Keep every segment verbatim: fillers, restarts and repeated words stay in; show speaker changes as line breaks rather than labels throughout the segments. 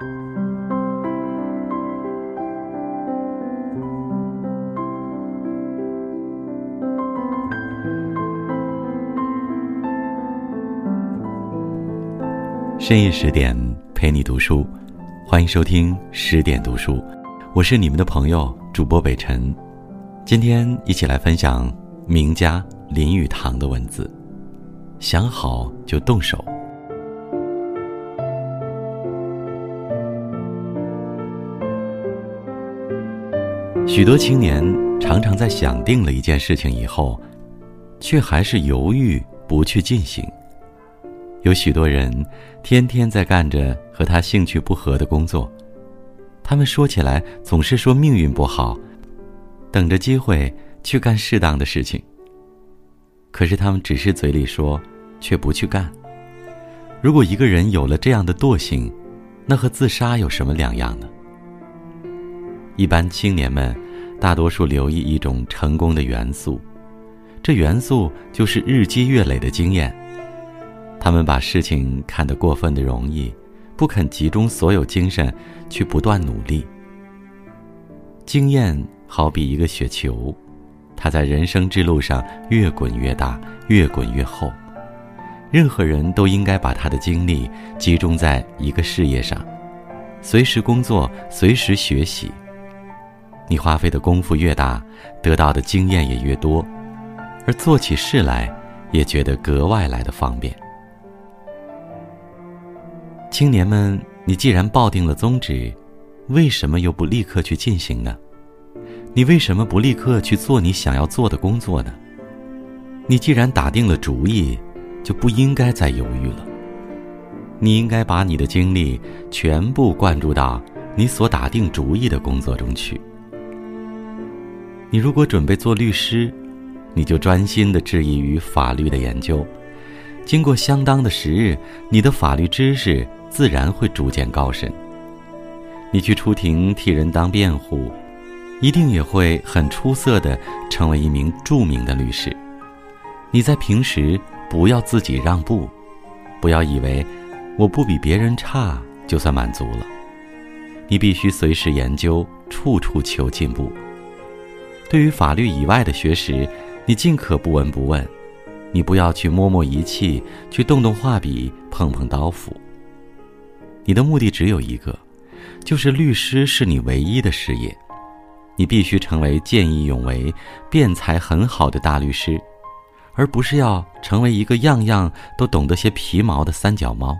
深夜十点陪你读书，欢迎收听十点读书，我是你们的朋友主播北辰。今天一起来分享名家林语堂的文字，想好就动手。许多青年常常在想定了一件事情以后，却还是犹豫不去进行。有许多人天天在干着和他兴趣不合的工作，他们说起来总是说命运不好，等着机会去干适当的事情。可是他们只是嘴里说，却不去干。如果一个人有了这样的惰性，那和自杀有什么两样呢？一般青年们大多数留意一种成功的元素，这元素就是日积月累的经验。他们把事情看得过分的容易，不肯集中所有精神去不断努力。经验好比一个雪球，它在人生之路上越滚越大，越滚越厚。任何人都应该把他的精力集中在一个事业上，随时工作，随时学习。你花费的功夫越大，得到的经验也越多，而做起事来也觉得格外来的方便。青年们，你既然抱定了宗旨，为什么又不立刻去进行呢？你为什么不立刻去做你想要做的工作呢？你既然打定了主意，就不应该再犹豫了。你应该把你的精力全部灌注到你所打定主意的工作中去。你如果准备做律师，你就专心地致力于法律的研究。经过相当的时日，你的法律知识自然会逐渐高深。你去出庭替人当辩护，一定也会很出色地成为一名著名的律师。你在平时不要自己让步，不要以为我不比别人差就算满足了。你必须随时研究，处处求进步。对于法律以外的学识，你尽可不闻不问。你不要去摸摸仪器，去动动画笔，碰碰刀斧。你的目的只有一个，就是律师是你唯一的事业。你必须成为见义勇为、辩才很好的大律师，而不是要成为一个样样都懂得些皮毛的三脚猫。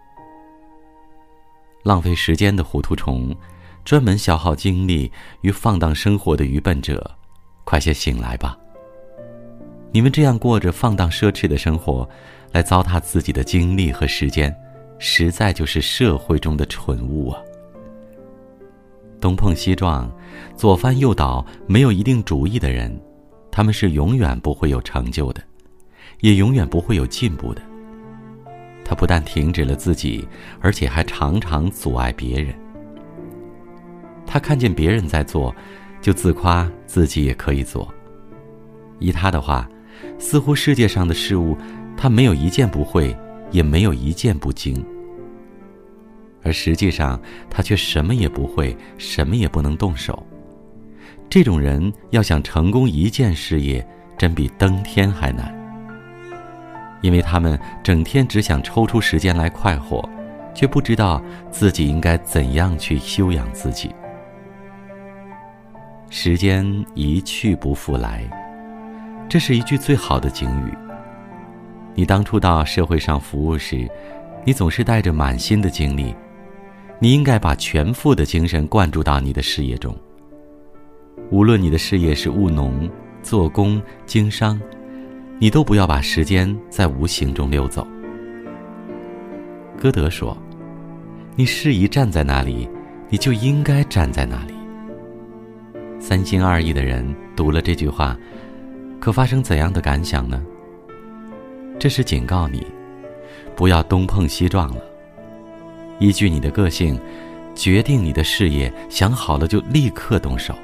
浪费时间的糊涂虫，专门消耗精力与放荡生活的愚笨者，快些醒来吧！你们这样过着放荡奢侈的生活，来糟蹋自己的精力和时间，实在就是社会中的蠢物啊！东碰西撞，左翻右倒，没有一定主意的人，他们是永远不会有成就的，也永远不会有进步的。他不但停止了自己，而且还常常阻碍别人。他看见别人在做，就自夸自己也可以做。依他的话，似乎世界上的事物，他没有一件不会，也没有一件不精。而实际上，他却什么也不会，什么也不能动手。这种人要想成功一件事业，真比登天还难。因为他们整天只想抽出时间来快活，却不知道自己应该怎样去修养自己。时间一去不复来，这是一句最好的警语。你当初到社会上服务时，你总是带着满心的精力，你应该把全副的精神灌注到你的事业中。无论你的事业是务农、做工、经商，你都不要把时间在无形中溜走。歌德说，你适宜站在那里，你就应该站在那里。三心二意的人读了这句话，可发生怎样的感想呢？这是警告你，不要东碰西撞了。依据你的个性，决定你的事业，想好了就立刻动手。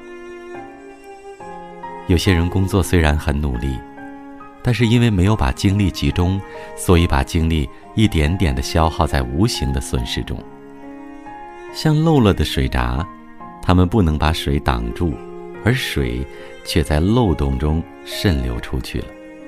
有些人工作虽然很努力，但是因为没有把精力集中，所以把精力一点点地消耗在无形的损失中。 像漏了的水闸，他们不能把水挡住，而水却在漏洞中渗流出去了。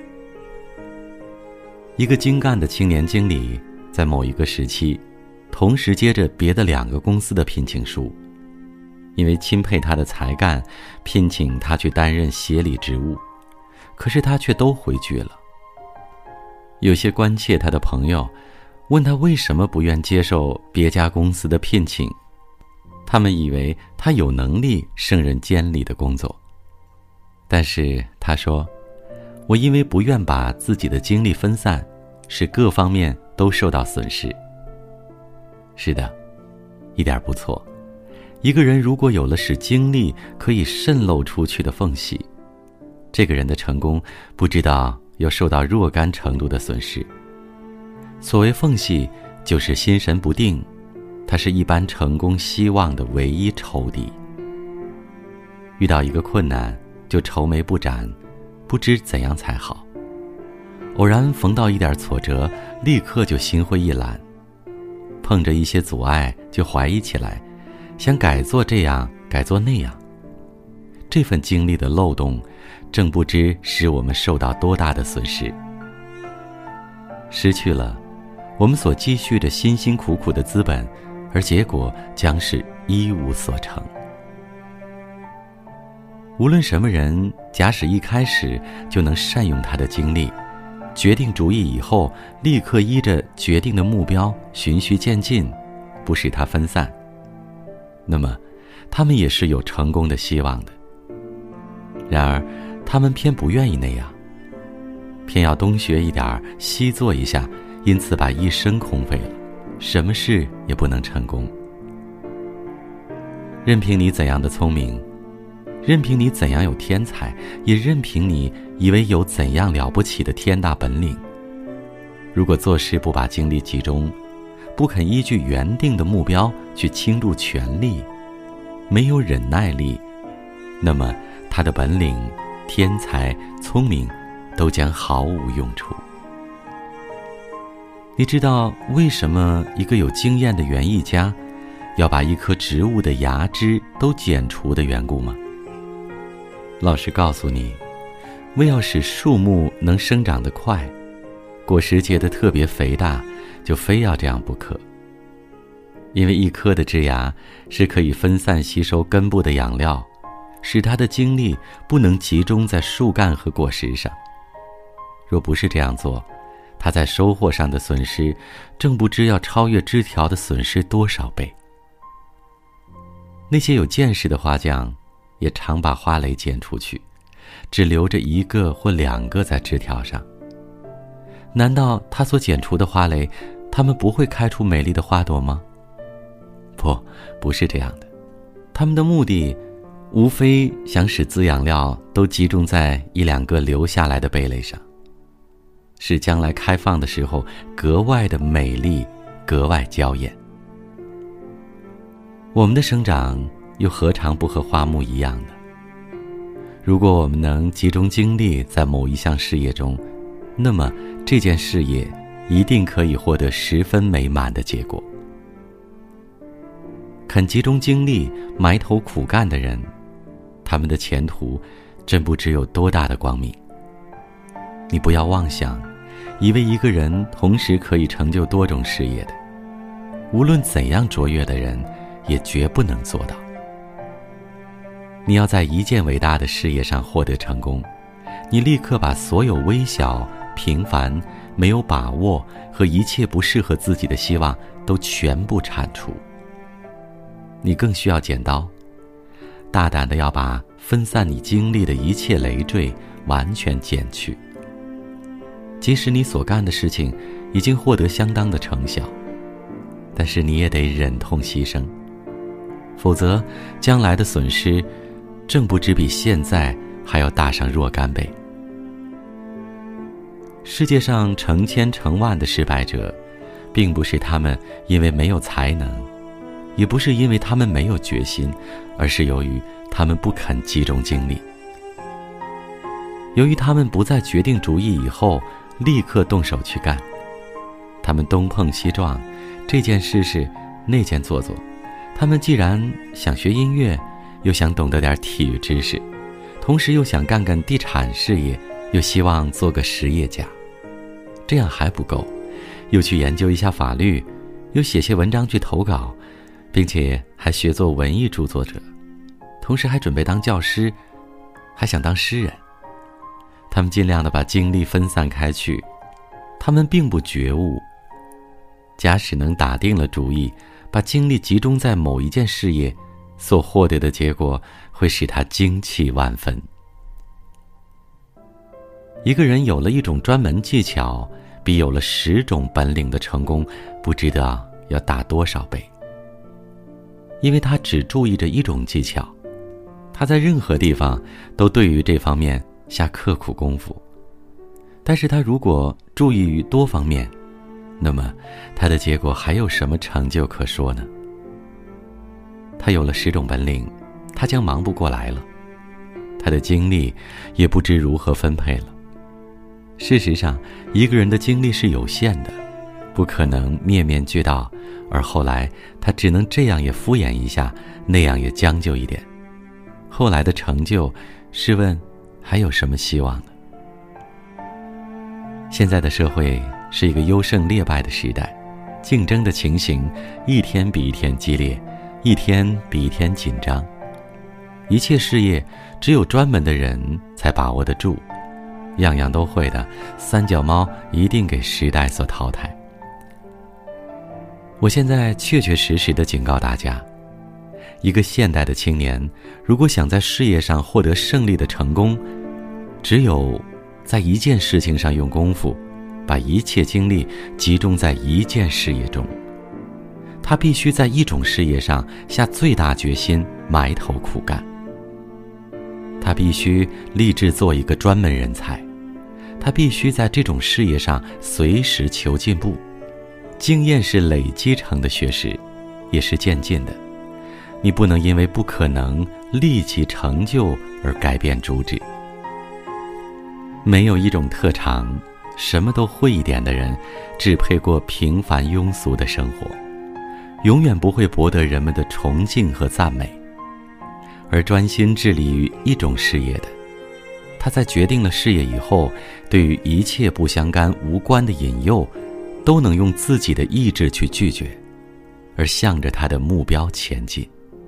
一个精干的青年经理在某一个时期，同时接着别的两个公司的聘请书，因为钦佩他的才干，聘请他去担任协理职务，可是他却都回绝了。有些关切他的朋友问他为什么不愿接受别家公司的聘请，他们以为他有能力胜任监理的工作，但是他说，我因为不愿把自己的精力分散，使各方面都受到损失。是的，一点不错。一个人如果有了使精力可以渗漏出去的缝隙，这个人的成功不知道又受到若干程度的损失。所谓缝隙，就是心神不定，它是一般成功希望的唯一仇敌。遇到一个困难就愁眉不展，不知怎样才好。偶然逢到一点挫折，立刻就心灰意懒，碰着一些阻碍就怀疑起来，想改做这样改做那样。这份经历的漏洞，正不知使我们受到多大的损失。失去了我们所积蓄的辛辛苦苦的资本，而结果将是一无所成。无论什么人，假使一开始就能善用他的精力，决定主意以后立刻依着决定的目标循序渐进，不使它分散，那么他们也是有成功的希望的。然而他们偏不愿意那样，偏要东学一点西做一下，因此把一生空费了，什么事也不能成功。任凭你怎样的聪明，任凭你怎样有天才，也任凭你以为有怎样了不起的天大本领，如果做事不把精力集中，不肯依据原定的目标去倾注全力，没有忍耐力，那么他的本领、天才、聪明都将毫无用处。你知道为什么一个有经验的园艺家要把一棵植物的芽枝都剪除的缘故吗？老师告诉你，为要使树木能生长得快，果实结得特别肥大，就非要这样不可。因为一棵的枝芽是可以分散吸收根部的养料，使它的精力不能集中在树干和果实上。若不是这样做，它在收获上的损失正不知要超越枝条的损失多少倍。那些有见识的花匠也常把花蕾剪出去，只留着一个或两个在枝条上。难道他所剪除的花蕾，它们不会开出美丽的花朵吗？不，不是这样的。他们的目的无非想使滋养料都集中在一两个留下来的蓓蕾上，使将来开放的时候格外的美丽，格外娇艳。我们的生长又何尝不和花木一样呢？如果我们能集中精力在某一项事业中，那么这件事业一定可以获得十分美满的结果。肯集中精力埋头苦干的人，他们的前途真不知有多大的光明。你不要妄想以为一个人同时可以成就多种事业的，无论怎样卓越的人也绝不能做到。你要在一件伟大的事业上获得成功，你立刻把所有微小、平凡、没有把握和一切不适合自己的希望都全部铲除。你更需要剪刀，大胆地要把分散你精力的一切累赘完全剪去。即使你所干的事情已经获得相当的成效，但是你也得忍痛牺牲，否则将来的损失正不知比现在还要大上若干倍。世界上成千成万的失败者，并不是他们因为没有才能，也不是因为他们没有决心，而是由于他们不肯集中精力。由于他们不在决定主意以后立刻动手去干，他们东碰西撞，这件事是那件做做， 他们既然想学音乐，又想懂得点体育知识，同时又想干干地产事业，又希望做个实业家。这样还不够，又去研究一下法律，又写些文章去投稿，并且还学做文艺著作者，同时还准备当教师，还想当诗人。他们尽量地把精力分散开去，他们并不觉悟，假使能打定了主意，把精力集中在某一件事业，所获得的结果会使他精气万分。一个人有了一种专门技巧，比有了十种本领的成功不知道要大多少倍。因为他只注意着一种技巧，他在任何地方都对于这方面下刻苦功夫。但是他如果注意于多方面，那么他的结果还有什么成就可说呢？他有了十种本领，他将忙不过来了，他的精力也不知如何分配了。事实上，一个人的精力是有限的，不可能面面俱到，而后来他只能这样也敷衍一下，那样也将就一点。后来的成就，试问还有什么希望呢？现在的社会是一个优胜劣败的时代，竞争的情形一天比一天激烈，一天比一天紧张。一切事业只有专门的人才把握得住，样样都会的三脚猫一定给时代所淘汰。我现在确确实实地警告大家，一个现代的青年如果想在事业上获得胜利的成功，只有在一件事情上用功夫，把一切精力集中在一件事业中。他必须在一种事业上下最大决心，埋头苦干。他必须立志做一个专门人才，他必须在这种事业上随时求进步。经验是累积成的学识，也是渐进的。你不能因为不可能立即成就而改变主旨。没有一种特长，什么都会一点的人，只配过平凡庸俗的生活，永远不会博得人们的崇敬和赞美。而专心致力于一种事业的，他在决定了事业以后，对于一切不相干无关的引诱，都能用自己的意志去拒绝，而向着他的目标前进。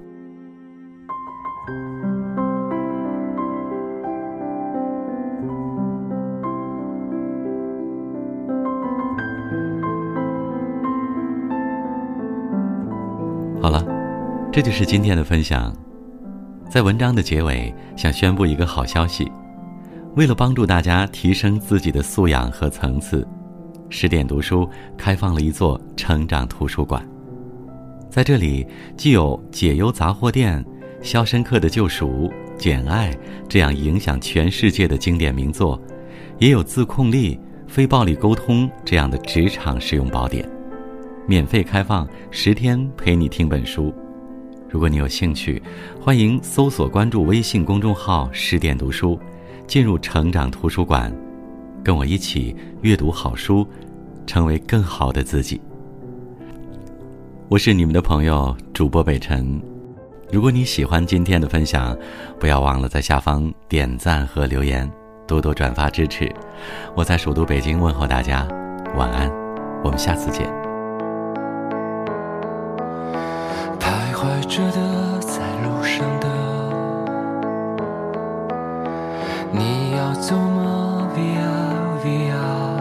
好了，这就是今天的分享。在文章的结尾，想宣布一个好消息。为了帮助大家提升自己的素养和层次，十点读书开放了一座成长图书馆。在这里，既有解忧杂货店、肖申克的救赎、简爱这样影响全世界的经典名作，也有自控力、非暴力沟通这样的职场实用宝典。免费开放十天陪你听本书。如果你有兴趣，欢迎搜索关注微信公众号十点读书，进入成长图书馆，跟我一起阅读好书，成为更好的自己。我是你们的朋友主播北辰。如果你喜欢今天的分享，不要忘了在下方点赞和留言，多多转发支持。我在首都北京问候大家，晚安，我们下次见。
徘徊着的，在路上的，你要走吗 ？Via Via，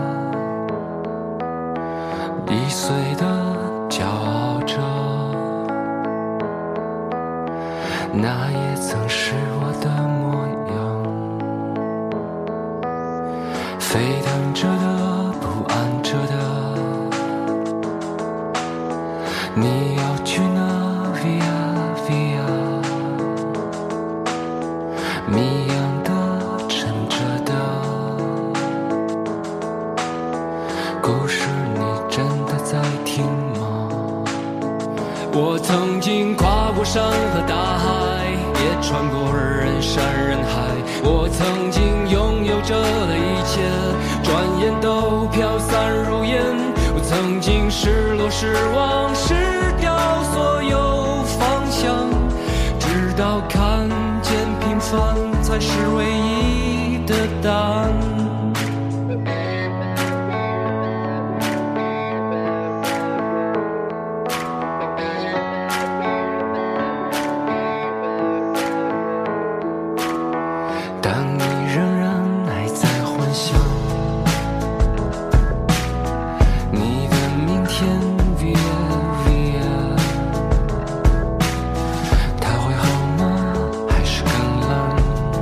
易碎的骄傲着，那也曾是我的模样。沸腾着的，不安着的，你要去哪？Via Via， 谜样的，沉着的，故事你真的在听吗？我曾经跨过山和大海，也穿过人山人海。我曾经拥有着的一切，转眼都飘散如烟。我曾经失落失望，失掉所有是唯一的答案。但你仍然还在幻想你的明天 via via， 它会好吗？还是更冷？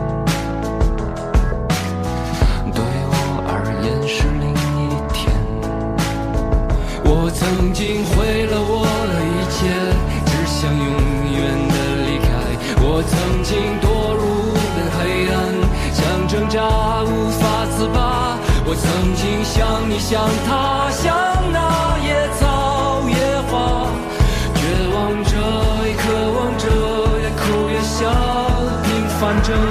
对我而言是另一天。我曾经毁了我的一切，只想永远的离开。我曾经堕入黑暗，想挣扎无法自拔。我曾经像你像他像那野草野花，绝望着也渴望着，也哭也笑，平凡着。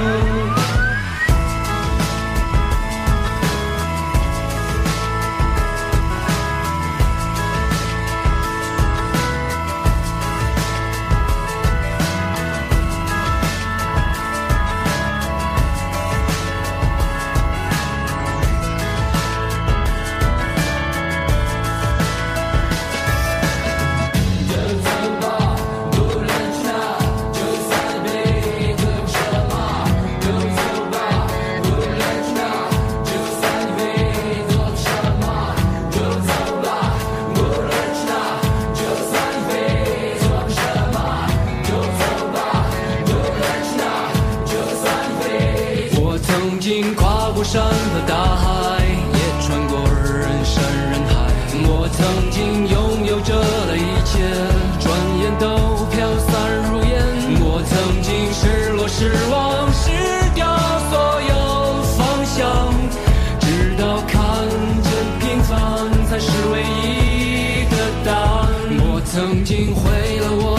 山和大海，也穿过人山人海。我曾经拥有着的一切，转眼都飘散如烟。我曾经失落失望失掉所有方向，直到看见平凡才是唯一的答案。我曾经毁了我